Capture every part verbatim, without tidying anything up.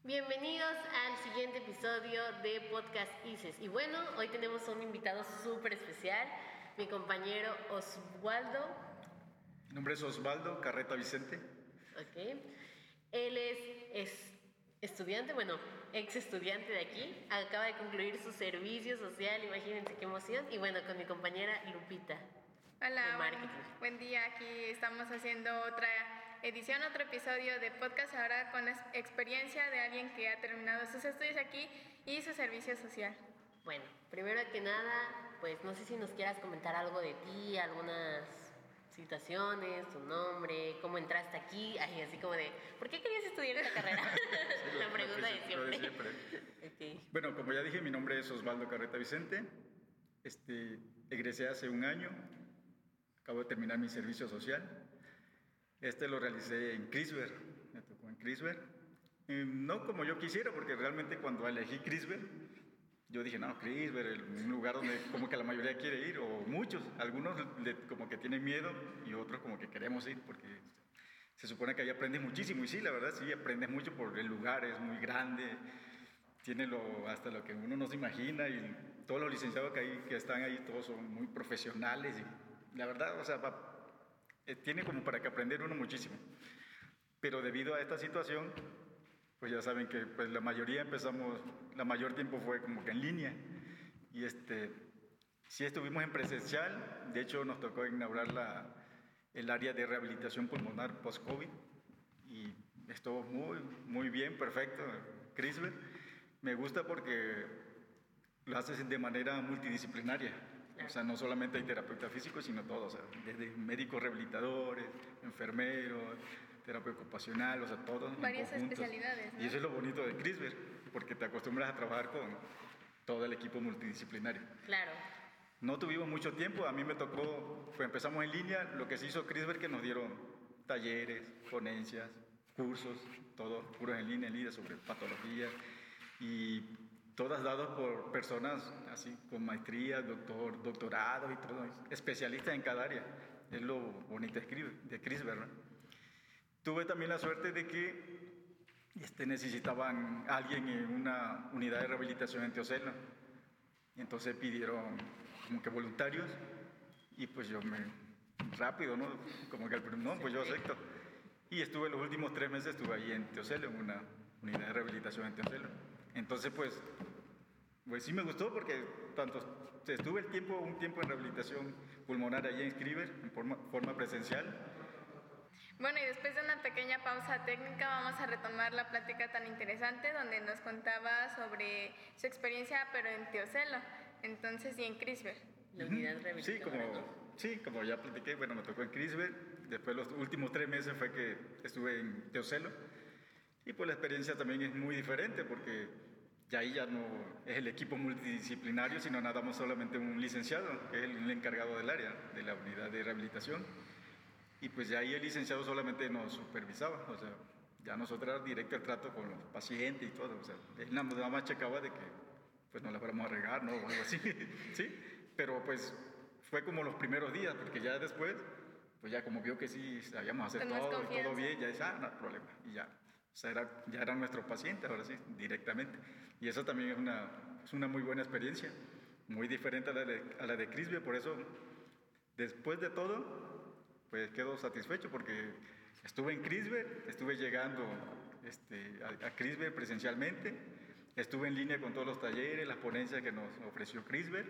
Bienvenidos al siguiente episodio de Podcast ICES. Y bueno, hoy tenemos un invitado súper especial, mi compañero Osvaldo. Mi nombre es Osvaldo Carreta Vicente. Ok. Él es, es estudiante, bueno, ex estudiante de aquí. Acaba de concluir su servicio social, imagínense qué emoción. Y bueno, con mi compañera Lupita. Hola, buen, buen día. Aquí estamos haciendo otra edición, otro episodio de podcast, ahora con la experiencia de alguien que ha terminado sus estudios aquí y su servicio social. Bueno, primero que nada, pues no sé si nos quieras comentar algo de ti, algunas situaciones, tu nombre, cómo entraste aquí, ay, así como de, ¿por qué querías estudiar esta carrera? Sí, la pregunta de siempre. de siempre. Okay. Bueno, como ya dije, mi nombre es Osvaldo Carreta Vicente. Este, egresé hace un año. Acabo de terminar mi servicio social. Este lo realicé en Crisver, me tocó en Crisver. Eh, no como yo quisiera, porque realmente cuando elegí Crisver, yo dije, no, Crisver, el, un lugar donde como que la mayoría quiere ir, o muchos, algunos le, como que tienen miedo y otros como que queremos ir, porque se supone que ahí aprendes muchísimo. Y sí, la verdad, sí, aprendes mucho por el lugar, es muy grande, tiene lo, hasta lo que uno no se imagina, y todos los licenciados que, hay, que están ahí, todos son muy profesionales, y la verdad, o sea, va, eh, tiene como para que aprender uno muchísimo. Pero debido a esta situación, pues ya saben que pues la mayoría empezamos, la mayor tiempo fue como que en línea, y este, sí estuvimos en presencial. De hecho nos tocó inaugurar la, el área de rehabilitación pulmonar post-COVID, y estuvo muy, muy bien, perfecto, Crisver. Me gusta porque lo haces de manera multidisciplinaria. O sea, no solamente hay terapeutas físicos, sino todos, o sea, desde médicos rehabilitadores, enfermeros, terapia ocupacional, o sea, todos. Varias especialidades, ¿no? Y eso es lo bonito de Crisver, porque te acostumbras a trabajar con todo el equipo multidisciplinario. Claro. No tuvimos mucho tiempo, a mí me tocó, pues empezamos en línea. Lo que se hizo Crisver, que nos dieron talleres, ponencias, cursos, todos puros en línea, en línea sobre patología, y todas dadas por personas así con maestría, doctor, doctorado y todo, especialistas en cada área. Es lo bonito de Crisver, ¿no? Tuve también la suerte de que este, necesitaban a alguien en una unidad de rehabilitación en Teocelo, y entonces pidieron como que voluntarios, y pues yo me, rápido, ¿no? Como que no, pues yo acepto. Y estuve los últimos tres meses, estuve ahí en Teocelo, en una unidad de rehabilitación en Teocelo. Entonces, pues, pues sí me gustó, porque tanto estuve el tiempo, un tiempo en rehabilitación pulmonar allí en Crisver, en forma, forma presencial. Bueno, y después de una pequeña pausa técnica vamos a retomar la plática tan interesante donde nos contaba sobre su experiencia, pero en Teocelo, entonces, y en Crisver. La unidad sí, como, sí, como ya platiqué, bueno, me tocó en Crisver. Después los últimos tres meses fue que estuve en Teocelo. Y pues la experiencia también es muy diferente, porque ya ahí ya no es el equipo multidisciplinario, sino nada más solamente un licenciado, que es el encargado del área, de la unidad de rehabilitación. Y pues ya ahí el licenciado solamente nos supervisaba, o sea, ya nosotros era directo el trato con los pacientes y todo, o sea, él nada más checaba de que pues no la fuéramos a regar, ¿no? O algo así, ¿sí? Pero pues fue como los primeros días, porque ya después, pues ya como vio que sí sabíamos hacer todo y todo bien, ya dice, ah, no hay problema, y ya. O sea, era, ya eran nuestros pacientes, ahora sí, directamente. Y eso también es una, es una muy buena experiencia, muy diferente a la de, a la de Crisver. Por eso, después de todo, pues quedo satisfecho, porque estuve en Crisver, estuve llegando este, a, a Crisver presencialmente, estuve en línea con todos los talleres, las ponencias que nos ofreció Crisver,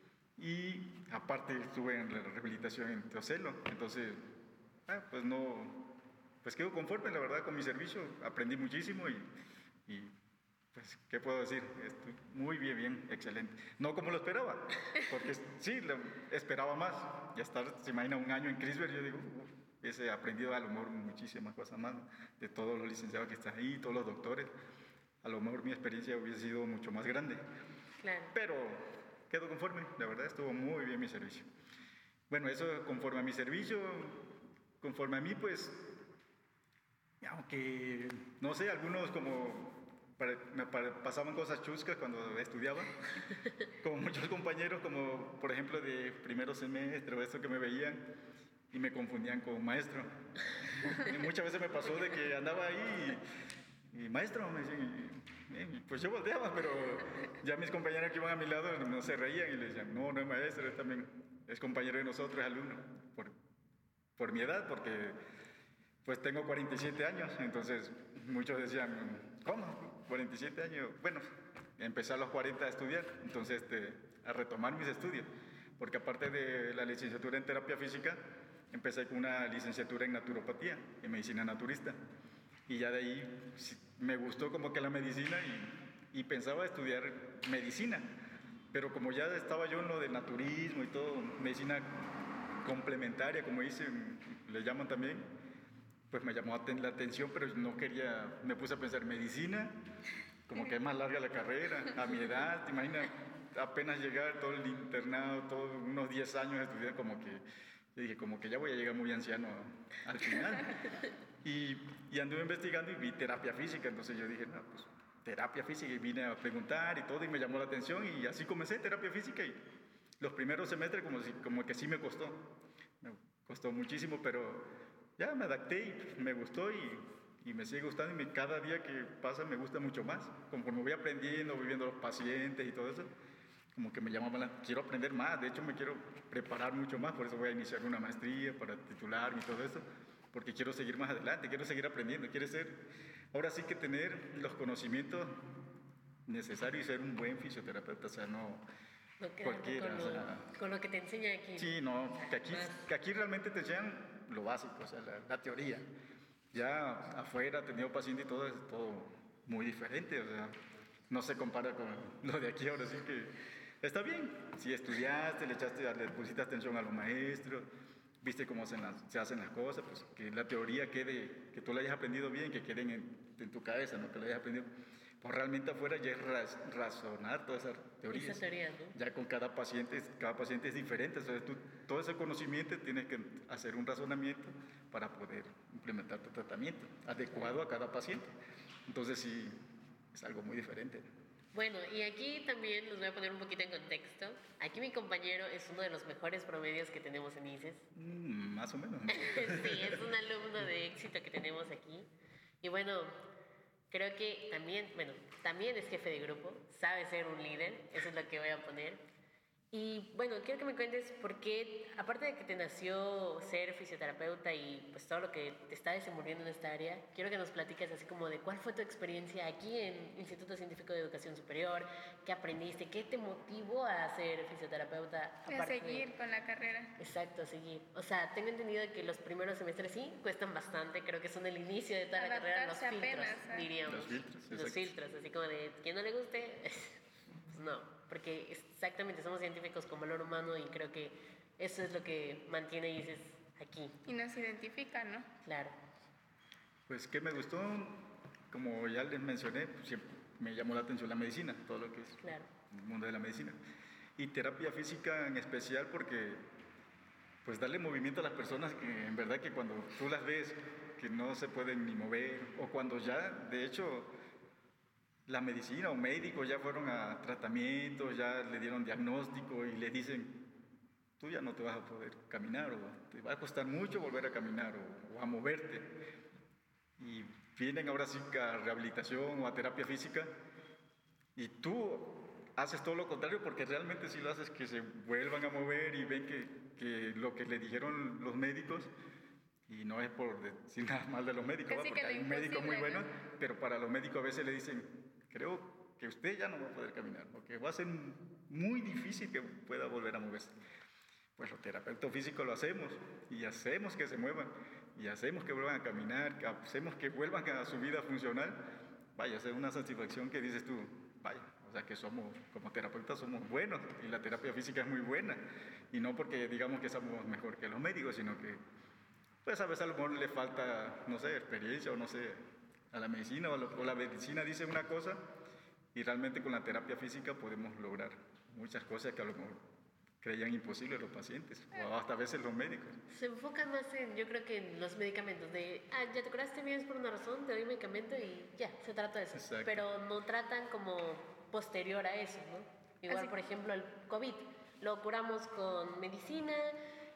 y aparte estuve en la rehabilitación en Teocelo. Entonces, ah, pues no... Pues quedo conforme, la verdad, con mi servicio. Aprendí muchísimo y, y pues, ¿qué puedo decir? Estoy muy bien, bien, excelente. No como lo esperaba, porque sí, lo esperaba más. Ya estar, se imagina, un año en Crisver, yo digo, uf, hubiese aprendido a lo mejor muchísimas cosas más, ¿no? De todos los licenciados que están ahí, todos los doctores. A lo mejor mi experiencia hubiese sido mucho más grande. Claro. Pero quedo conforme, la verdad, estuvo muy bien mi servicio. Bueno, eso conforme a mi servicio, conforme a mí, pues... Aunque, no sé, algunos como me pasaban cosas chuscas cuando estudiaba, como muchos compañeros, como por ejemplo de primero semestre o eso, que me veían y me confundían con maestro. Y muchas veces me pasó de que andaba ahí y maestro, me decían, y, pues yo volteaba, pero ya mis compañeros que iban a mi lado no se reían y le decían, no, no es maestro, él también es compañero de nosotros, es alumno, por, por mi edad, porque pues tengo cuarenta y siete años, entonces muchos decían, ¿cómo? cuarenta y siete años, bueno, empecé a los cuarenta a estudiar, entonces este, a retomar mis estudios, porque aparte de la licenciatura en terapia física, empecé con una licenciatura en naturopatía, en medicina naturista, y ya de ahí me gustó como que la medicina y, y pensaba estudiar medicina, pero como ya estaba yo en lo de naturismo y todo, medicina complementaria, como dicen, le llaman también, pues me llamó la atención, pero no quería, me puse a pensar, medicina, como que es más larga la carrera, a mi edad, te imaginas, apenas llegar todo el internado, todos unos diez años estudiar, como que, yo dije, como que ya voy a llegar muy anciano al final. Y, y anduve investigando y vi terapia física, entonces yo dije, no, pues terapia física, y vine a preguntar y todo, y me llamó la atención, y así comencé terapia física, y los primeros semestres como, si, como que sí me costó, me costó muchísimo, pero ya me adapté y me gustó, y, y me sigue gustando, y me, cada día que pasa me gusta mucho más, conforme voy aprendiendo, viviendo los pacientes y todo eso, como que me llama más, quiero aprender más, de hecho me quiero preparar mucho más, por eso voy a iniciar una maestría para titularme y todo eso, porque quiero seguir más adelante, quiero seguir aprendiendo, quiero ser, ahora sí que tener los conocimientos necesarios y ser un buen fisioterapeuta, o sea, no no cualquiera. Con lo, o sea, con lo que te enseña aquí. Sí, no, que aquí, que aquí realmente te enseñan lo básico, o sea, la, la teoría. Ya afuera, tenido paciente y todo, es todo muy diferente, o sea, no se compara con lo de aquí, ahora sí que está bien. Si estudiaste, le echaste, le pusiste atención a los maestros, viste cómo se, las, se hacen las cosas, pues que la teoría quede, que tú la hayas aprendido bien, que queden en, en tu cabeza, no que la hayas aprendido. Pues realmente afuera ya es raz, razonar todas esas teorías. Esa teoría, ¿no? Ya con cada paciente, cada paciente es diferente, entonces tú todo ese conocimiento tienes que hacer un razonamiento para poder implementar tu tratamiento adecuado a cada paciente. Entonces sí, es algo muy diferente. Bueno, y aquí también los voy a poner un poquito en contexto. Aquí mi compañero es uno de los mejores promedios que tenemos en I C E S. Mm, más o menos. Sí, es un alumno de éxito que tenemos aquí. Y bueno, creo que también, bueno, también es jefe de grupo, sabe ser un líder, eso es lo que voy a poner. Y bueno, quiero que me cuentes por qué, aparte de que te nació ser fisioterapeuta y pues todo lo que te está desenvolviendo en esta área, quiero que nos platiques así como de cuál fue tu experiencia aquí en Instituto Científico de Educación Superior, qué aprendiste, qué te motivó a ser fisioterapeuta. A seguir de... con la carrera. Exacto, a seguir. O sea, tengo entendido que los primeros semestres sí cuestan bastante, creo que son el inicio de toda la carrera, los filtros, apenas, ¿eh? diríamos. Los filtros, Los filtros, así como de, quien no le guste, pues no. Porque exactamente somos científicos con valor humano y creo que eso es lo que mantiene I C E S aquí. Y nos identifica, ¿no? Claro. Pues que me gustó, como ya les mencioné, pues, siempre me llamó la atención la medicina, todo lo que es claro. el mundo de la medicina. Y terapia física en especial porque pues darle movimiento a las personas que en verdad que cuando tú las ves que no se pueden ni mover o cuando ya, de hecho, la medicina o médicos ya fueron a tratamientos, ya le dieron diagnóstico y le dicen, tú ya no te vas a poder caminar o te va a costar mucho volver a caminar o, o a moverte. Y vienen ahora sí a rehabilitación o a terapia física y tú haces todo lo contrario porque realmente sí lo haces que se vuelvan a mover y ven que, que lo que le dijeron los médicos, y no es por decir nada mal de los médicos, ¿va? Porque hay un médico muy bueno, ¿no? Pero para los médicos a veces le dicen, creo que usted ya no va a poder caminar, porque va a ser muy difícil que pueda volver a moverse. Pues los terapeutas físicos lo hacemos, y hacemos que se muevan, y hacemos que vuelvan a caminar, que hacemos que vuelvan a su vida funcional. Vaya, es una satisfacción que dices tú, vaya, o sea que somos, como terapeutas somos buenos, y la terapia física es muy buena, y no porque digamos que somos mejor que los médicos, sino que pues a veces a lo mejor le falta, no sé, experiencia o no sé, a la medicina o, lo, o la medicina dice una cosa y realmente con la terapia física podemos lograr muchas cosas que a lo mejor creían imposibles los pacientes o hasta a veces los médicos. Se enfocan más en, yo creo que en los medicamentos, de, ah, ya te curaste bien, es por una razón, te doy medicamento y ya, se trata de eso. Exacto. Pero no tratan como posterior a eso, ¿no? Igual, Así. por ejemplo, el COVID, lo curamos con medicina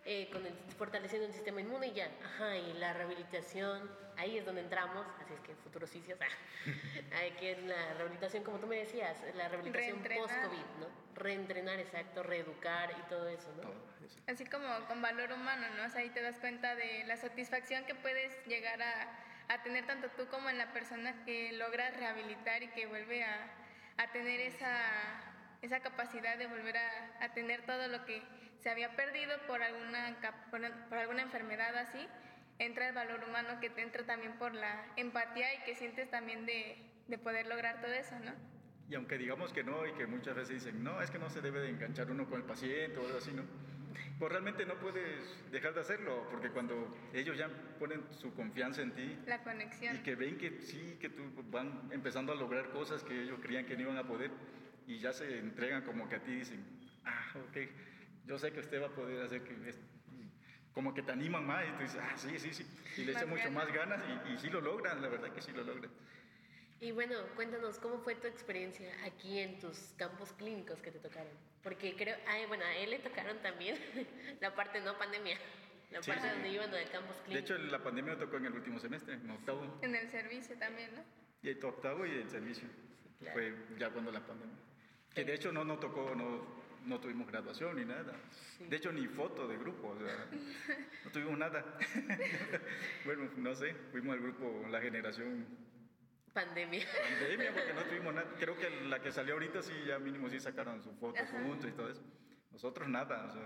eh, con el, fortaleciendo el sistema inmune y ya. Ajá, y la rehabilitación, ahí es donde entramos, así es que futuros sitios, hay que la rehabilitación, como tú me decías, la rehabilitación post-COVID, ¿no? Reentrenar, exacto, reeducar y todo eso, ¿no? Todo eso. Así como con valor humano, ¿no? O sea, ahí te das cuenta de la satisfacción que puedes llegar a, a tener tanto tú como en la persona que logra rehabilitar y que vuelve a, a tener esa, esa capacidad de volver a, a tener todo lo que se había perdido por alguna, por, por alguna enfermedad así. Entra el valor humano que te entra también por la empatía y que sientes también de, de poder lograr todo eso, ¿no? Y aunque digamos que no, y que muchas veces dicen, no, es que no se debe de enganchar uno con el paciente o algo así, ¿no? Pues realmente no puedes dejar de hacerlo, porque cuando ellos ya ponen su confianza en ti, la conexión, y que ven que sí, que tú van empezando a lograr cosas que ellos creían que no iban a poder, y ya se entregan como que a ti dicen, ah, ok, yo sé que usted va a poder hacer que... Es, como que te animan más y tú dices, ah, sí, sí, sí, y le echan mucho más ganas y, y sí lo logran, la verdad que sí lo logran. Y bueno, cuéntanos, ¿cómo fue tu experiencia aquí en tus campos clínicos que te tocaron? Porque creo, ay, bueno, a él le tocaron también la parte no pandemia, la sí, parte sí. donde iban de campos clínicos. De hecho, la pandemia me tocó en el último semestre, en octavo. En el servicio también, ¿no? Y el octavo y el servicio. Sí, claro. Fue ya cuando la pandemia. Que de hecho no nos tocó, no, no tuvimos graduación ni nada. Sí. De hecho, ni foto de grupo, o sea, no tuvimos nada. Bueno, no sé, fuimos al grupo, la generación... Pandemia. Pandemia, porque no tuvimos nada. Creo que la que salió ahorita sí, ya mínimo sí sacaron su foto juntos y todo eso. Nosotros nada, o sea,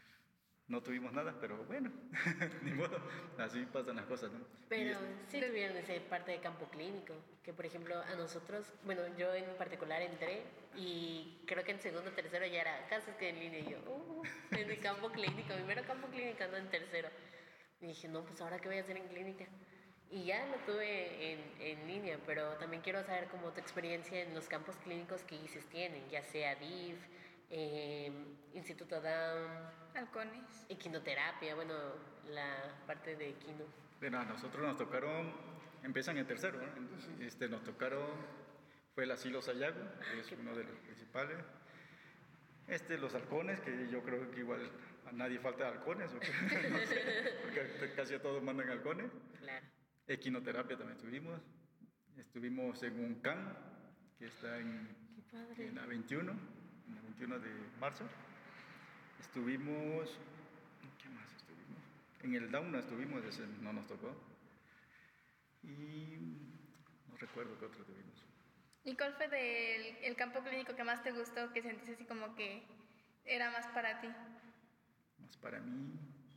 no tuvimos nada, pero bueno, ni modo, así pasan las cosas, ¿no? Pero es... sí tuvieron esa parte de campo clínico, que por ejemplo a nosotros, bueno, yo en particular entré y creo que en segundo o tercero ya era casos que en línea y yo, uh, en mi campo clínico, primero campo clínico, no en tercero. Y dije, no, pues ahora qué voy a hacer en clínica. Y ya lo tuve en, en línea, pero también quiero saber como tu experiencia en los campos clínicos que I C E S tienen, ya sea D I F, eh, Instituto Down, halcones, equinoterapia, bueno, la parte de equino. Bueno, a nosotros nos tocaron, empiezan en tercero, ¿no? Entonces, este, nos tocaron, fue el asilo Sayago, que es uno de los principales. Este, los halcones, que yo creo que igual a nadie falta halcones, ¿o qué? No sé, porque casi a todos mandan halcones. Claro. Equinoterapia también estuvimos. Estuvimos en un C A M, que está en, en la veintiuno, en la veintiuno de marzo. Estuvimos, ¿qué más estuvimos? En el Down no estuvimos, ese no nos tocó. Y no recuerdo qué otro tuvimos. ¿Y cuál fue del el campo clínico que más te gustó, que sentiste así como que era más para ti? Más para mí...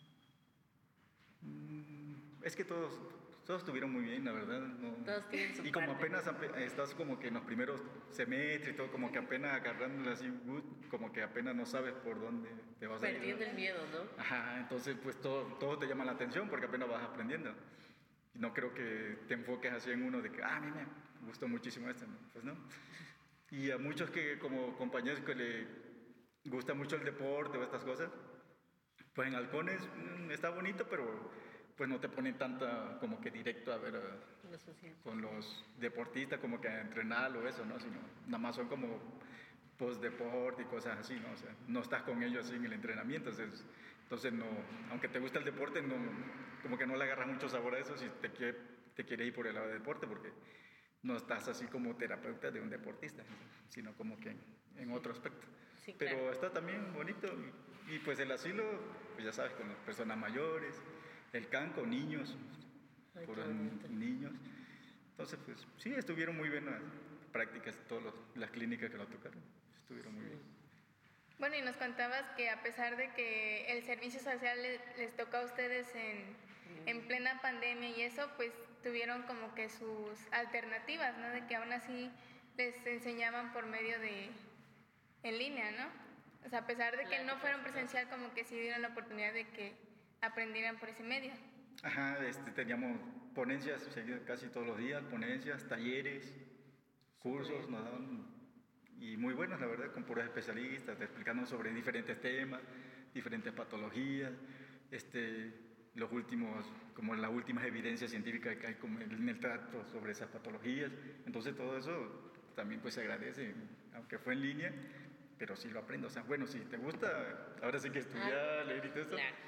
Mm, es que todos... Todos estuvieron muy bien, la verdad. No. Todos tienen su Y como parte, apenas ¿no? Estás como que en los primeros semestres y todo, como que apenas agarrándole así, como que apenas no sabes por dónde te vas a ir. Perdiendo el miedo, ¿no? Ajá, entonces pues todo, todo te llama la atención porque apenas vas aprendiendo. Y no creo que te enfoques así en uno de que, ah, a mí me gustó muchísimo este, ¿no? Pues no. Y a muchos que como compañeros que le gusta mucho el deporte o estas cosas, pues en halcones mmm, está bonito, pero... pues no te ponen tanta como que directo a ver a, los con los deportistas como que a entrenar o eso, ¿no? Sino nada más son como post-deporte y cosas así, ¿no? O sea, no estás con ellos así en el entrenamiento, entonces, entonces no, aunque te gusta el deporte, no, como que no le agarras mucho sabor a eso si te quiere, te quieres ir por el lado del deporte, porque no estás así como terapeuta de un deportista, sino como que en, en otro aspecto. Sí, pero claro. Está también bonito y, y pues el asilo, pues ya sabes, con las personas mayores, el C A N con niños, Ay, por niños. Entonces, pues sí, estuvieron muy bien las prácticas, todas las clínicas que lo tocaron, estuvieron muy bien. Bueno, y nos contabas que a pesar de que el servicio social les, les tocó a ustedes en, en plena pandemia y eso, pues tuvieron como que sus alternativas, ¿no? De que aún así les enseñaban por medio de, en línea, ¿no? O sea, a pesar de que no fueron presencial, como que sí dieron la oportunidad de que aprendieran por ese medio. Ajá, este, teníamos ponencias casi todos los días, ponencias, talleres, cursos, nos daban, y muy buenos, la verdad, con puros especialistas, explicando sobre diferentes temas, diferentes patologías, este, los últimos, como las últimas evidencias científicas que hay como en el trato sobre esas patologías. Entonces todo eso también pues se agradece, aunque fue en línea, pero sí lo aprendo. O sea, bueno, si te gusta, ahora sí que estudiar, ah, leer y todo eso, claro.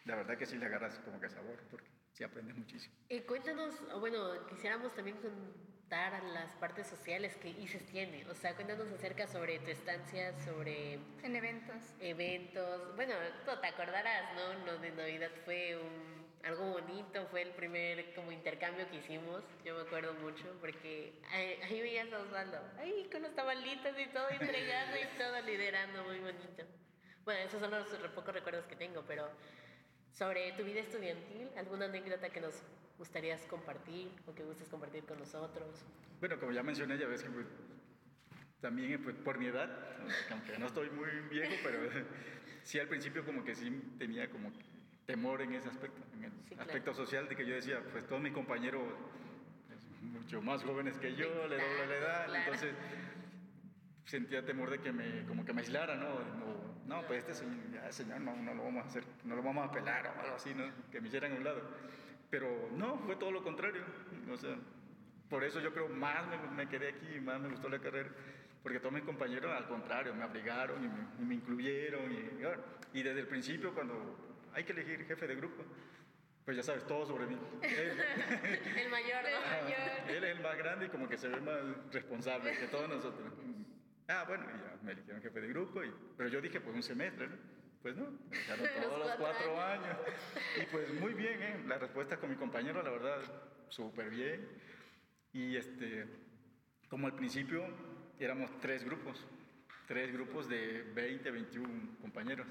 la verdad que sí le agarras como que sabor, porque sí aprendes muchísimo. Y cuéntanos, bueno, quisiéramos también contar las partes sociales que I C E S tiene. O sea, cuéntanos acerca sobre tu estancia, sobre... En eventos. Eventos. Bueno, tú te acordarás, ¿no? Lo de Navidad fue un... algo bonito, fue el primer como intercambio que hicimos, yo me acuerdo mucho, porque ahí, ahí veías a Osvaldo, ahí con los tamalitos y todo, entregando y todo, liderando, muy bonito. Bueno, esos son los pocos recuerdos que tengo, pero sobre tu vida estudiantil, ¿alguna anécdota que nos gustarías compartir o que gustes compartir con nosotros? Bueno, como ya mencioné, ya ves que pues, también pues, por mi edad, aunque no estoy muy viejo, pero sí al principio como que sí tenía como temor en ese aspecto, en el sí, aspecto claro. social, de que yo decía, pues todos mis compañeros pues, mucho más jóvenes que yo, le doble la edad, claro. Entonces sentía temor de que me, como que me aislara, ¿no? No, no pues este señor, ya, señor no, no lo vamos a hacer, no lo vamos a pelar o algo así, ¿no? Que me hicieran a un lado. Pero no, fue todo lo contrario, o sea, por eso yo creo más me, me quedé aquí, más me gustó la carrera, porque todos mis compañeros al contrario, me abrigaron y me, y me incluyeron, y, y desde el principio cuando hay que elegir jefe de grupo, pues ya sabes, todo sobre mí. Él, el mayor, ¿no? Ah, él es el más grande y como que se ve más responsable que todos nosotros. Ah, bueno, y ya me eligieron jefe de grupo, y, pero yo dije, pues un semestre, ¿no? Pues no, me dejaron todos los, los cuatro años. años. Y pues muy bien, ¿eh? La respuesta con mi compañero, la verdad, súper bien. Y este, como al principio éramos tres grupos, tres grupos de veinte, veintiún compañeros.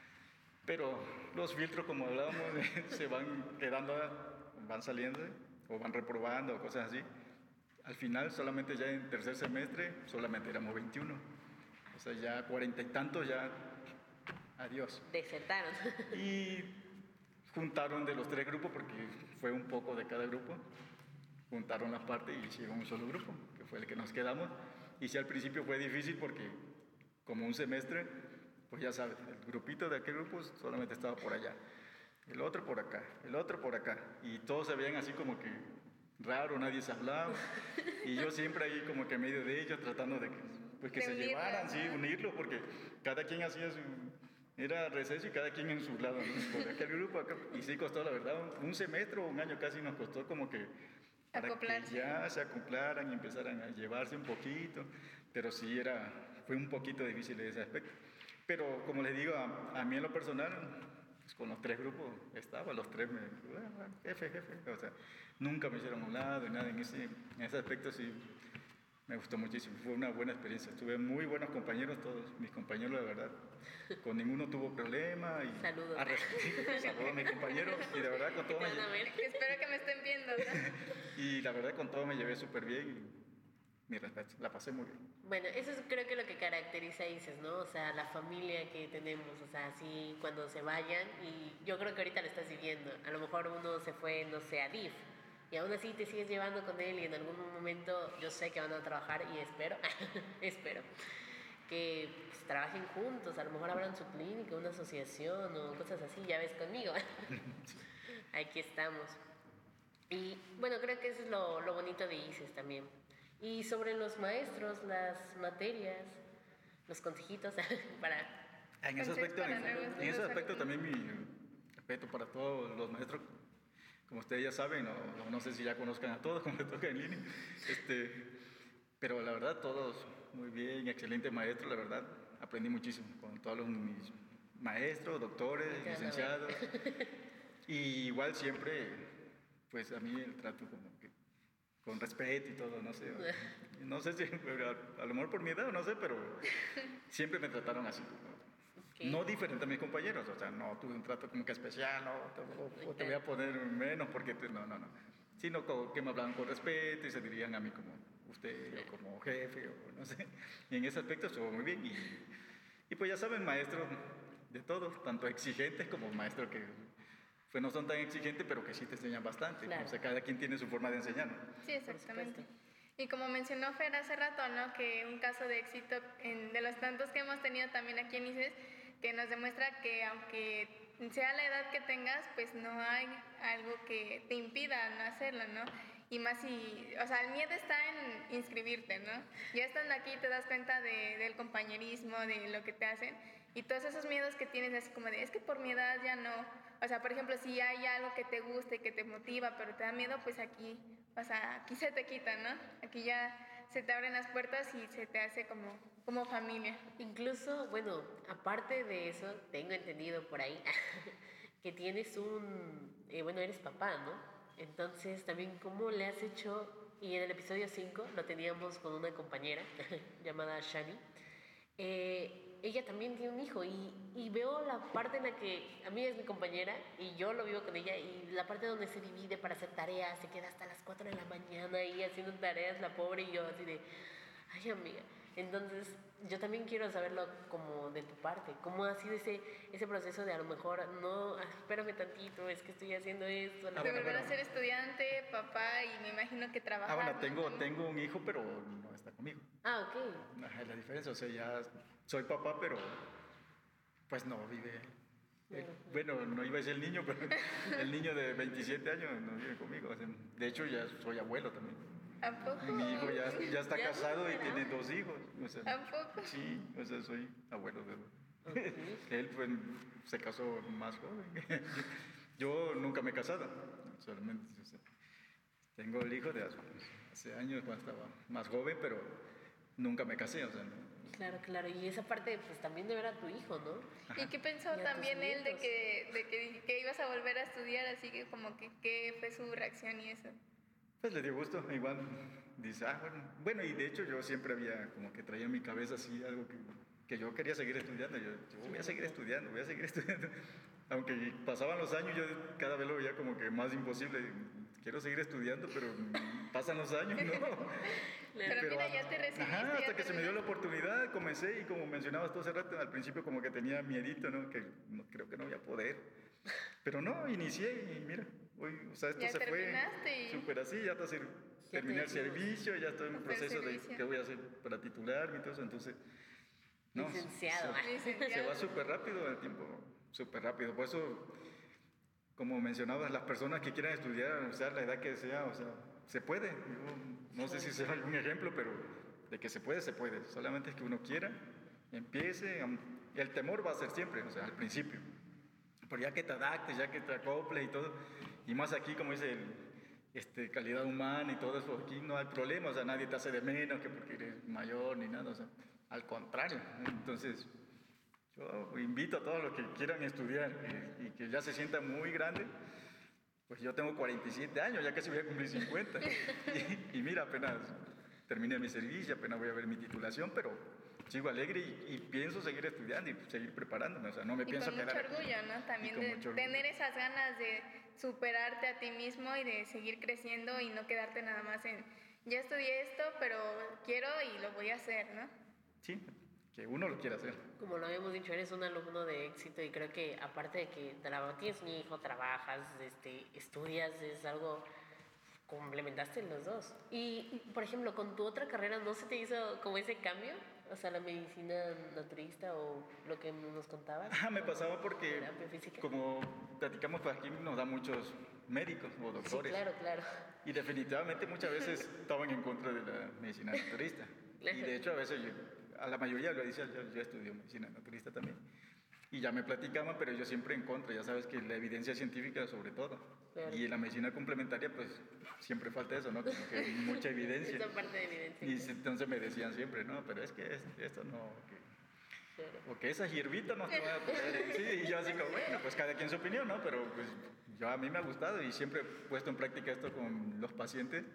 Pero los filtros, como hablábamos, se van quedando, van saliendo o van reprobando o cosas así. Al final, solamente ya en tercer semestre, solamente éramos veintiuno. O sea, ya cuarenta y tantos, ya adiós. Desertaron. Y juntaron de los tres grupos, porque fue un poco de cada grupo, juntaron las partes y hicieron un solo grupo, que fue el que nos quedamos. Y sí, al principio fue difícil porque, como un semestre, pues ya sabes, el grupito de aquel grupo solamente estaba por allá, el otro por acá, el otro por acá, y todos se veían así como que raro, nadie se hablaba, y yo siempre ahí como que en medio de ellos tratando de que, pues que de se unirlo, llevaran, sí, unirlo, porque cada quien hacía su, era receso y cada quien en su lado, ¿no? Por aquel grupo acá, y sí costó la verdad, un, un semestre o un año casi nos costó como que para Acoplarse. que ya se acoplaran y empezaran a llevarse un poquito, pero sí era, fue un poquito difícil ese aspecto. Pero como les digo, a, a mí en lo personal, pues con los tres grupos estaba, los tres me, ah, jefe, jefe, o sea, nunca me hicieron a un lado y nada, en ese, en ese aspecto sí me gustó muchísimo, fue una buena experiencia, tuve muy buenos compañeros, todos mis compañeros de verdad, con ninguno tuvo problema y saludos a, saludos a mis compañeros y de verdad con todos me llevé, espero que me estén viendo, ¿no? Y la verdad con todos me llevé súper bien y mi respeto, la pasé muy bien. Bueno, eso es creo que lo que caracteriza a I C E S, ¿no? O sea, la familia que tenemos, o sea, así cuando se vayan, y yo creo que ahorita lo estás viviendo, a lo mejor uno se fue, no sé, a D I F, y aún así te sigues llevando con él y en algún momento yo sé que van a trabajar y espero, espero, que pues, trabajen juntos, a lo mejor abran su clínica, una asociación o cosas así, ya ves conmigo, aquí estamos. Y bueno, creo que eso es lo, lo bonito de I C E S también. Y sobre los maestros, las materias, los consejitos para... En ese aspecto, en, en ese aspecto también mi respeto para todos los maestros. Como ustedes ya saben, no, no, no sé si ya conozcan a todos, como me toca en línea. Este, pero la verdad, todos muy bien, excelente maestro, la verdad. Aprendí muchísimo con todos los, mis maestros, doctores, licenciados. Y igual siempre, pues a mí el trato como que con respeto y todo, no sé, no sé si a, a lo mejor por mi edad, no sé, pero siempre me trataron así, okay. No diferente a mis compañeros, o sea, no tuve un trato como que especial, no, te, o, o te voy a poner menos porque, te, no, no, no, sino como que me hablaban con respeto y se dirían a mí como usted, o como jefe, o no sé, y en ese aspecto estuvo muy bien, y, y pues ya saben, maestros de todos, tanto exigentes como maestros que pues no son tan exigentes, pero que sí te enseñan bastante. Claro. O sea, cada quien tiene su forma de enseñar, ¿no? Sí, exactamente. Y como mencionó Fer hace rato, ¿no? Que un caso de éxito en, de los tantos que hemos tenido también aquí en I C E S, que nos demuestra que aunque sea la edad que tengas, pues no hay algo que te impida no hacerlo, ¿no? Y más si, o sea, el miedo está en inscribirte, ¿no? Ya estando aquí te das cuenta de, del compañerismo, de lo que te hacen, y todos esos miedos que tienes así como de, es que por mi edad ya no. o sea, por ejemplo, si hay algo que te gusta y que te motiva, pero te da miedo, pues aquí, o sea, aquí se te quita, ¿no? Aquí ya se te abren las puertas y se te hace como, como familia. Incluso, bueno, aparte de eso, tengo entendido por ahí que tienes un, eh, bueno, eres papá, ¿no? Entonces, también, ¿cómo le has hecho? Y en el episodio cinco lo teníamos con una compañera llamada Shani. Eh, ella también tiene un hijo y, y veo la parte en la que a mí es mi compañera y yo lo vivo con ella y la parte donde se divide para hacer tareas, se queda hasta las cuatro de la mañana ahí haciendo tareas, la pobre, y yo así de, ay amiga. Entonces yo también quiero saberlo como de tu parte, cómo ha sido ese, ese proceso de a lo mejor, no, espérame tantito, es que estoy haciendo esto. De volver bueno. a ser estudiante, papá, y me imagino que trabajar. Ah, bueno, tengo, ¿no? tengo un hijo, pero no está conmigo. Ah, ok. Ajá, la diferencia, o sea, ya soy papá, pero pues no vive. Eh, bueno, no iba a ser el niño, pero el niño de veintisiete años no vive conmigo. O sea, de hecho, ya soy abuelo también. ¿A poco? Mi hijo ya, ya está ¿Ya casado y tiene dos hijos. O sea, ¿A poco? Sí, o sea, soy abuelo de okay. Él pues, se casó más joven. Yo nunca me he casado, solamente o sea, tengo el hijo de hace, hace años cuando estaba más joven, pero nunca me casé, o sea, no. Claro, claro, y esa parte pues también de ver a tu hijo, ¿no? Ajá. ¿Y qué pensó y también él de que, de que, que ibas a volver a estudiar, así que como que qué fue su reacción y eso? Pues le dio gusto, igual dice, ah, bueno, bueno, y de hecho yo siempre había como que traía en mi cabeza así algo que, que yo quería seguir estudiando, yo, yo voy a seguir estudiando, voy a seguir estudiando, aunque pasaban los años yo cada vez lo veía como que más imposible, quiero seguir estudiando, pero pasan los años, ¿no? Pero, pero mira, ya te recibiste. Ajá, hasta te que se me dio la oportunidad, comencé y como mencionabas tú hace rato, al principio como que tenía miedito, ¿no? Que no, creo que no voy a poder, pero no, inicié y mira. Hoy, o sea, esto ya se fue y... súper así, ya está, terminé el servicio, ya estoy en un proceso de qué voy a hacer para titularme y todo eso, entonces, no, licenciado. Se, Licenciado. se va súper rápido el tiempo, súper rápido, por eso, como mencionabas, las personas que quieran estudiar, o sea, la edad que sea, o sea, se puede, yo no sé si sea algún ejemplo, pero de que se puede, se puede, solamente es que uno quiera, empiece, y el temor va a ser siempre, o sea, al principio, pero ya que te adaptes, ya que te acoples y todo, y más aquí, como dice, el, este, calidad humana y todo eso, aquí no hay problema, o sea, nadie te hace de menos que porque eres mayor ni nada, o sea, al contrario. Entonces, yo invito a todos los que quieran estudiar y, y que ya se sientan muy grandes, pues yo tengo cuarenta y siete años, ya casi voy a cumplir cincuenta, y, y mira, apenas terminé mi servicio, apenas voy a ver mi titulación, pero sigo alegre y, y pienso seguir estudiando y seguir preparándome, o sea, no me y pienso quedar quedar con mucho orgullo, ¿no? También de tener esas ganas de superarte a ti mismo y de seguir creciendo y no quedarte nada más en, ya estudié esto, pero quiero y lo voy a hacer, ¿no? Sí, que uno lo quiera hacer. Como lo habíamos dicho, eres un alumno de éxito y creo que aparte de que tienes un hijo, trabajas, este, estudias, es algo... complementaste los dos. Y, por ejemplo, con tu otra carrera, ¿no se te hizo como ese cambio? O sea, la medicina naturista o lo que nos contabas. Ah, me pasaba porque, como platicamos, pues aquí nos dan muchos médicos o doctores. Sí, claro, claro. Y definitivamente muchas veces estaban en contra de la medicina naturista. Claro. Y de hecho, a veces, yo, a la mayoría lo decía, yo, yo estudio medicina naturista también. Y ya me platicaban, pero yo siempre en contra, ya sabes que la evidencia científica sobre todo. Claro. Y en la medicina complementaria, pues siempre falta eso, ¿no? Como que hay mucha evidencia. Esa parte de evidencia. Y entonces me decían siempre, no, pero es que esto no, que, claro. O que esa hierbita no te va a poder. Sí, y yo así como, bueno, pues cada quien su opinión, ¿no? Pero pues yo a mí me ha gustado y siempre he puesto en práctica esto con los pacientes.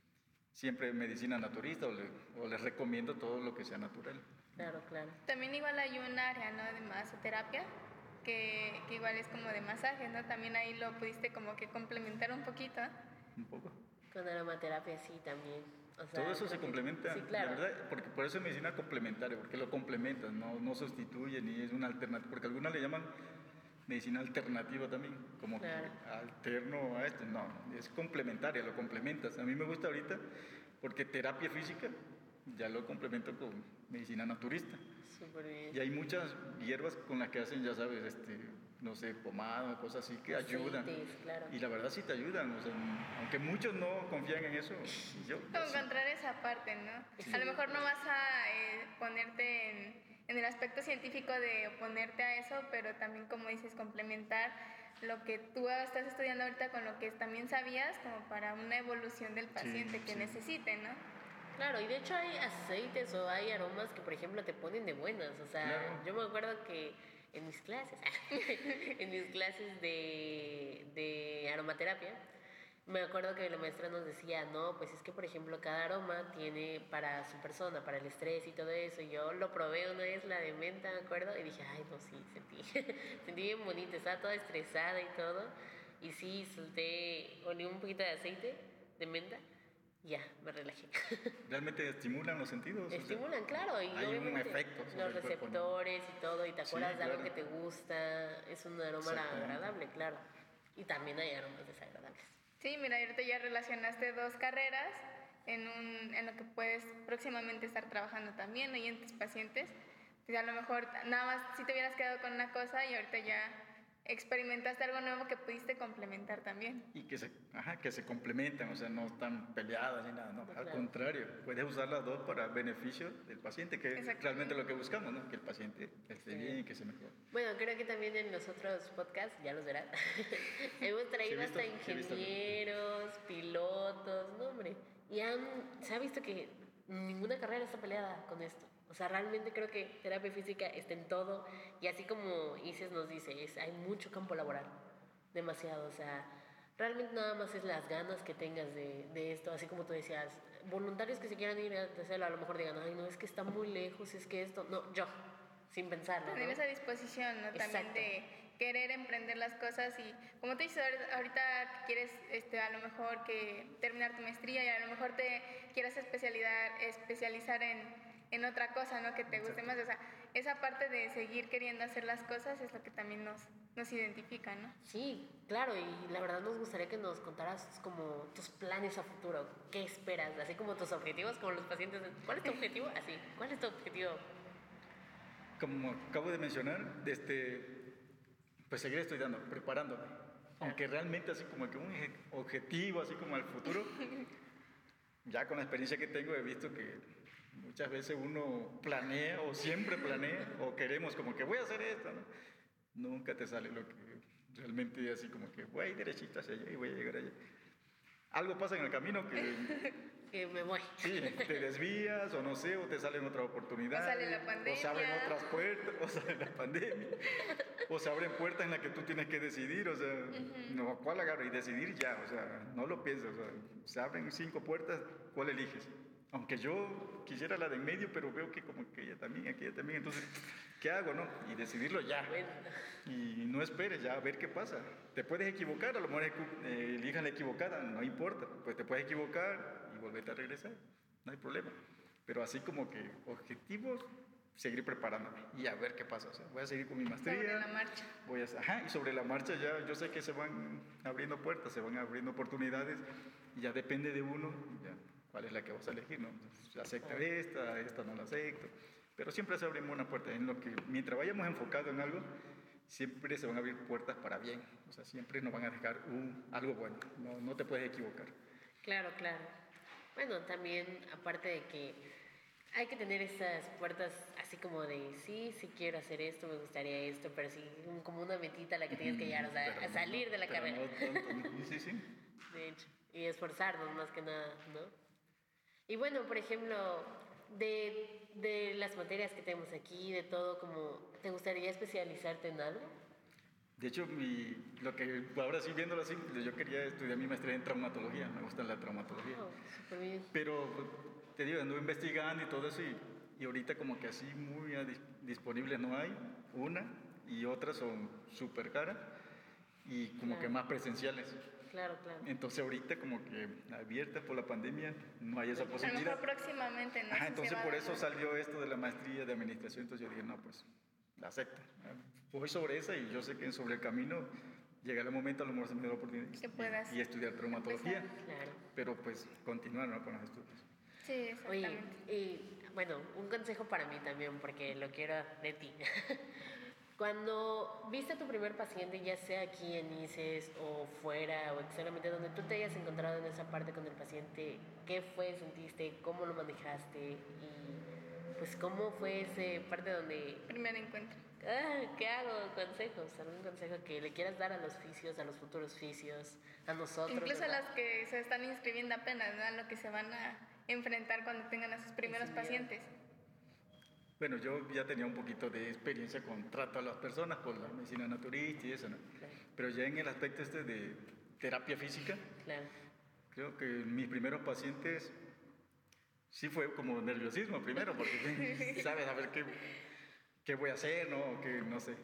Siempre medicina naturista o, le, o les recomiendo todo lo que sea natural. Claro, claro. También igual hay un área, ¿no? De masoterapia, que, que igual es como de masajes, ¿no? También ahí lo pudiste como que complementar un poquito. Un poco. Con aromaterapia sí también. O sea, todo eso se complementa, sí, claro. La verdad, porque por eso es medicina complementaria, porque lo complementas, no, no sustituye ni es una alternativa, porque algunas le llaman medicina alternativa también, como claro. que alterno a esto, no, es complementaria, lo complementas. A mí me gusta ahorita porque terapia física ya lo complemento con medicina naturista. Súper bien. Y hay muchas hierbas con las que hacen, ya sabes, este, no sé, pomada, cosas así que Aceites, ayudan. Claro. Y la verdad sí te ayudan, o sea, aunque muchos no confían en eso, yo... Como encontrar sí. esa parte, ¿no? Sí. A lo mejor no vas a eh, ponerte en, en el aspecto científico de oponerte a eso, pero también, como dices, complementar lo que tú estás estudiando ahorita con lo que también sabías, como para una evolución del paciente Sí, que sí. necesite, ¿no? Claro, y de hecho hay aceites o hay aromas que, por ejemplo, te ponen de buenas. O sea, Claro. yo me acuerdo que en mis clases, en mis clases de, de aromaterapia, me acuerdo que la maestra nos decía, no, pues es que, por ejemplo, cada aroma tiene para su persona, para el estrés y todo eso. Y yo lo probé una vez, la de menta, me acuerdo, y dije, ay, no, sí, sentí, sentí bien bonita, estaba toda estresada y todo. Y sí, solté, olí un poquito de aceite de menta. Ya, me relajé. Realmente estimulan los sentidos. o sea, Estimulan, claro, y hay un obviamente efecto sobre los el cuerpo, ¿no? receptores y todo, y te Sí, acuerdas de algo que claro. te gusta, es un aroma Exactamente. agradable, claro. Y también hay aromas desagradables. Sí, mira, ahorita ya relacionaste dos carreras en, un, en lo que puedes próximamente estar trabajando también, ¿no? Y en tus pacientes. Pues a lo mejor nada más si te hubieras quedado con una cosa y ahorita ya experimentaste algo nuevo que pudiste complementar también. Y que se, ajá, que se complementan, o sea, no están peleadas ni nada, no, No, al claro. contrario, puedes usar las dos para beneficio del paciente, que es Exactamente. realmente lo que buscamos, ¿no? Que el paciente esté Sí. bien y que se mejore. Bueno, creo que también en los otros podcasts, ya los verán, hemos traído Sí, he visto, hasta sí, he visto. ingenieros, pilotos, no hombre. Y han, se ha visto que ninguna carrera está peleada con esto. O sea, realmente creo que terapia física está en todo. Y así como Isis nos dice, es, hay mucho campo laboral. Demasiado. O sea, realmente nada más es las ganas que tengas de, de esto. Así como tú decías, voluntarios que se quieran ir a hacerlo, a lo mejor digan, ay, no, es que está muy lejos, es que esto. No, yo, sin pensarlo. Tener ¿no? esa disposición, ¿no? También Exacto. de querer emprender las cosas y como tú dices ahor- ahorita que quieres este, a lo mejor que terminar tu maestría y a lo mejor te quieras especializar, especializar en, en otra cosa, ¿no? Que te guste más, o sea, esa parte de seguir queriendo hacer las cosas es lo que también nos, nos identifica, ¿no? Sí, claro, y la verdad nos gustaría que nos contaras como tus planes a futuro, qué esperas, así como tus objetivos, como los pacientes. ¿Cuál es tu objetivo? Así, ¿cuál es tu objetivo? Como acabo de mencionar, este, pues seguir estudiando, preparándome. Aunque realmente así como que un eje- objetivo, así como al futuro, ya con la experiencia que tengo he visto que muchas veces uno planea o siempre planea o queremos como que voy a hacer esto, ¿no? Nunca te sale lo que realmente así como que voy a ir derechito hacia allá y voy a llegar allá. Algo pasa en el camino que Que me voy. sí, te desvías o no sé, o te salen otras oportunidades. O sale la pandemia. O se abren otras puertas, o sale la pandemia. O se abren puertas en las que tú tienes que decidir, o sea, uh-huh. no, ¿cuál agarro? Y decidir ya, o sea, no lo pienses, o sea, se abren cinco puertas, ¿cuál eliges? Aunque yo quisiera la de en medio, pero veo que como que ella también, aquella también, entonces, ¿qué hago, no? Y decidirlo ya. Bueno. Y no esperes ya a ver qué pasa. Te puedes equivocar, a lo mejor eh, elijas la equivocada, no importa, pues te puedes equivocar y volverte a regresar, no hay problema. Pero así como que objetivos, seguir preparándome y a ver qué pasa. O sea, voy a seguir con mi maestría. Sobre la marcha. Voy a, ajá, y sobre la marcha ya yo sé que se van abriendo puertas, se van abriendo oportunidades y ya depende de uno ya, cuál es la que vas a elegir, ¿no? Entonces, acepta esta, esta no la acepto. Pero siempre se abren una puerta. En lo que, mientras vayamos enfocados en algo, siempre se van a abrir puertas para bien. O sea, siempre nos van a dejar un, algo bueno. No, no te puedes equivocar. Claro, claro. Bueno, también, aparte de que hay que tener esas puertas así como de, sí, sí quiero hacer esto, me gustaría esto, pero sí, como una metita a la que tienes que llegar, o sea, Pero a salir no, de la pero carrera. No tanto, sí, sí. De hecho, y esforzarnos más que nada, ¿no? Y bueno, por ejemplo, de, de las materias que tenemos aquí, de todo, como, ¿te gustaría especializarte en algo? De hecho, mi, lo que ahora sí viéndolo así, yo quería estudiar mi maestría en traumatología, me gusta la traumatología. Oh, súper bien. Pero te digo, anduve investigando y todo eso y, y ahorita como que así muy disponibles no hay, una y otras son súper caras y como claro. que más presenciales. Claro, claro. Entonces ahorita como que abiertas por la pandemia no hay esa A lo posibilidad. mejor próximamente no. Ajá, Si entonces se va por a eso dar. salió esto de la maestría de administración, entonces yo dije, no, pues la acepto. Voy sobre esa y yo sé que sobre el camino llegará el momento, a lo mejor se me da la oportunidad Que puedas y, y estudiar traumatología, Claro. pero pues continuar, ¿no?, con los estudios. Sí, exactamente. Oye, y bueno, un consejo para mí también, porque lo quiero de ti. Cuando viste a tu primer paciente, ya sea aquí en I C E S o fuera o externamente, donde tú te hayas encontrado en esa parte con el paciente, ¿qué fue, sentiste, cómo lo manejaste y pues cómo fue esa parte donde... Primer encuentro. Ah, ¿qué hago? Consejos, algún consejo que le quieras dar a los fisios, a los futuros fisios, a nosotros. Incluso ¿verdad? a los que se están inscribiendo apenas, ¿no? A lo que se van a enfrentar cuando tengan a sus primeros pacientes. Bueno, yo ya tenía un poquito de experiencia con trato a las personas por la medicina naturista y eso, ¿no? Claro. Pero ya en el aspecto este de terapia física, Claro. creo que mis primeros pacientes sí fue como nerviosismo primero, porque sabes a ver qué, qué voy a hacer, ¿no? Que no sé.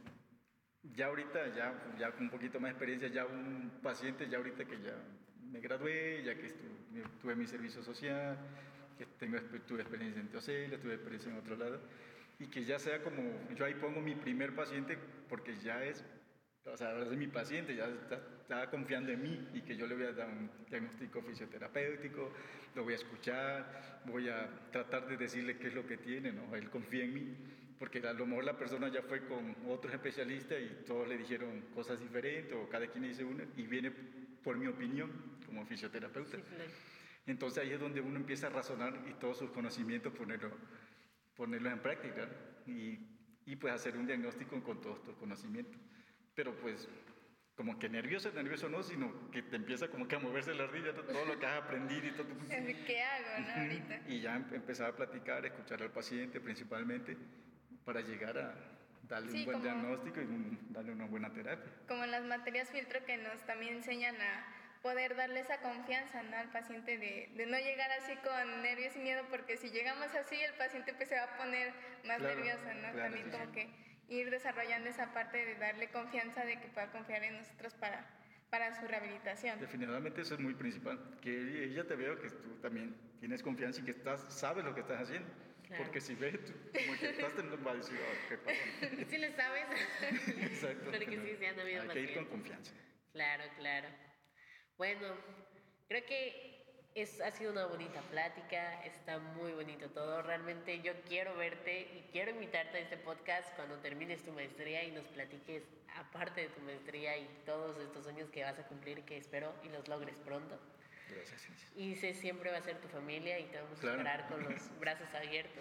Ya ahorita, ya, ya con un poquito más de experiencia, ya un paciente, ya ahorita que ya me gradué, ya que estuve, tuve mi servicio social, que tengo, tuve experiencia en Teocelo, tuve experiencia en otro lado, y que ya sea como, yo ahí pongo mi primer paciente porque ya es, o sea, ahora es mi paciente, ya está, está confiando en mí y que yo le voy a dar un diagnóstico fisioterapéutico, lo voy a escuchar, voy a tratar de decirle qué es lo que tiene, ¿no? Él confía en mí, porque a lo mejor la persona ya fue con otros especialistas y todos le dijeron cosas diferentes o cada quien dice una y viene por mi opinión como fisioterapeuta. Sí, claro. Entonces ahí es donde uno empieza a razonar y todos sus conocimientos ponerlo, ponerlos en práctica, ¿no? y, y pues hacer un diagnóstico con todos tus conocimientos. Pero pues como que nervioso, nervioso no, sino que te empieza como que a moverse la ardilla, todo lo que has aprendido y todo. ¿Qué hago, no, ahorita? Y ya empezar a platicar, escuchar al paciente principalmente para llegar a darle Sí, un buen como, diagnóstico y un, darle una buena terapia. Como en las materias filtro que nos también enseñan a poder darle esa confianza, ¿no? Al paciente de, de no llegar así con nervios y miedo, porque si llegamos así el paciente pues se va a poner más Claro, nervioso, ¿no? claro, También sí, como sí. que ir desarrollando esa parte de darle confianza, de que pueda confiar en nosotros para, para su rehabilitación. Definitivamente eso es muy principal, que ella te vea que tú también tienes confianza y que estás, sabes lo que estás haciendo. Claro. Porque si ves, tú, como que estás teniendo, va a decir, oh, ¿qué pasa? Sí le sabes. Exacto. Porque sí, se han habido Hay que ir con pacientes. confianza. Claro, claro. Bueno, creo que es, ha sido una bonita plática, está muy bonito todo. Realmente yo quiero verte y quiero invitarte a este podcast cuando termines tu maestría y nos platiques, aparte de tu maestría y todos estos sueños que vas a cumplir, que espero y los logres pronto. Gracias, Ciencia. Y sé siempre va a ser tu familia y te vamos Claro. a esperar con los brazos abiertos.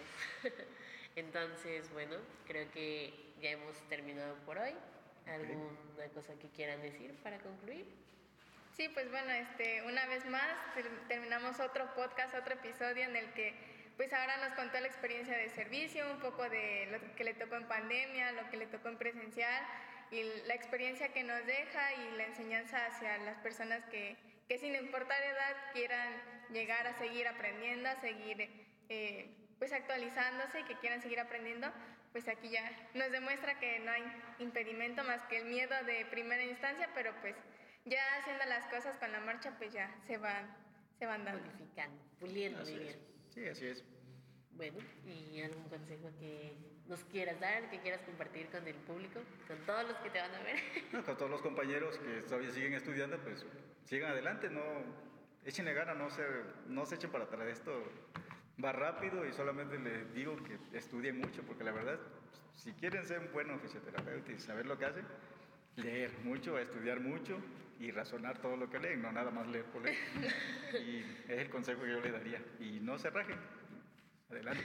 Entonces, bueno, creo que ya hemos terminado por hoy. ¿Alguna cosa que quieran decir para concluir? Sí, pues bueno, este, una vez más ter- terminamos otro podcast, otro episodio en el que pues ahora nos contó la experiencia de servicio, un poco de lo que le tocó en pandemia, lo que le tocó en presencial y la experiencia que nos deja y la enseñanza hacia las personas que, que sin importar edad quieran llegar a seguir aprendiendo, a seguir eh, pues actualizándose y que quieran seguir aprendiendo, pues aquí ya nos demuestra que no hay impedimento más que el miedo de primera instancia, pero pues ya haciendo las cosas con la marcha, pues ya se van, se van dando. Purificando, puliendo, Así diría. es. Sí, así es. Bueno, ¿y algún consejo que nos quieras dar, que quieras compartir con el público, con todos los que te van a ver? No, con todos los compañeros que todavía siguen estudiando, pues sigan adelante, no échenle ganas, no se, no se echen para atrás. Esto va rápido y solamente les digo que estudien mucho, porque la verdad, si quieren ser un buen fisioterapeuta y saber lo que hacen, leer mucho, estudiar mucho y razonar todo lo que leen, no nada más leer por leer. Y es el consejo que yo le daría. Y no se rajen. Adelante.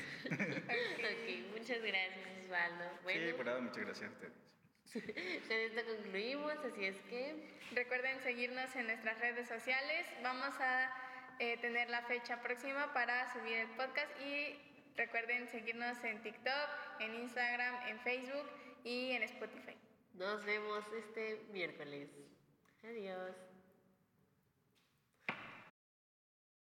Ok, muchas gracias, Osvaldo. Bueno, Sí, por nada, muchas gracias a ustedes. con esto concluimos, así es que Recuerden seguirnos en nuestras redes sociales. Vamos a eh, tener la fecha próxima para subir el podcast y recuerden seguirnos en TikTok, en Instagram, en Facebook y en Spotify. nos vemos este miércoles. Adiós.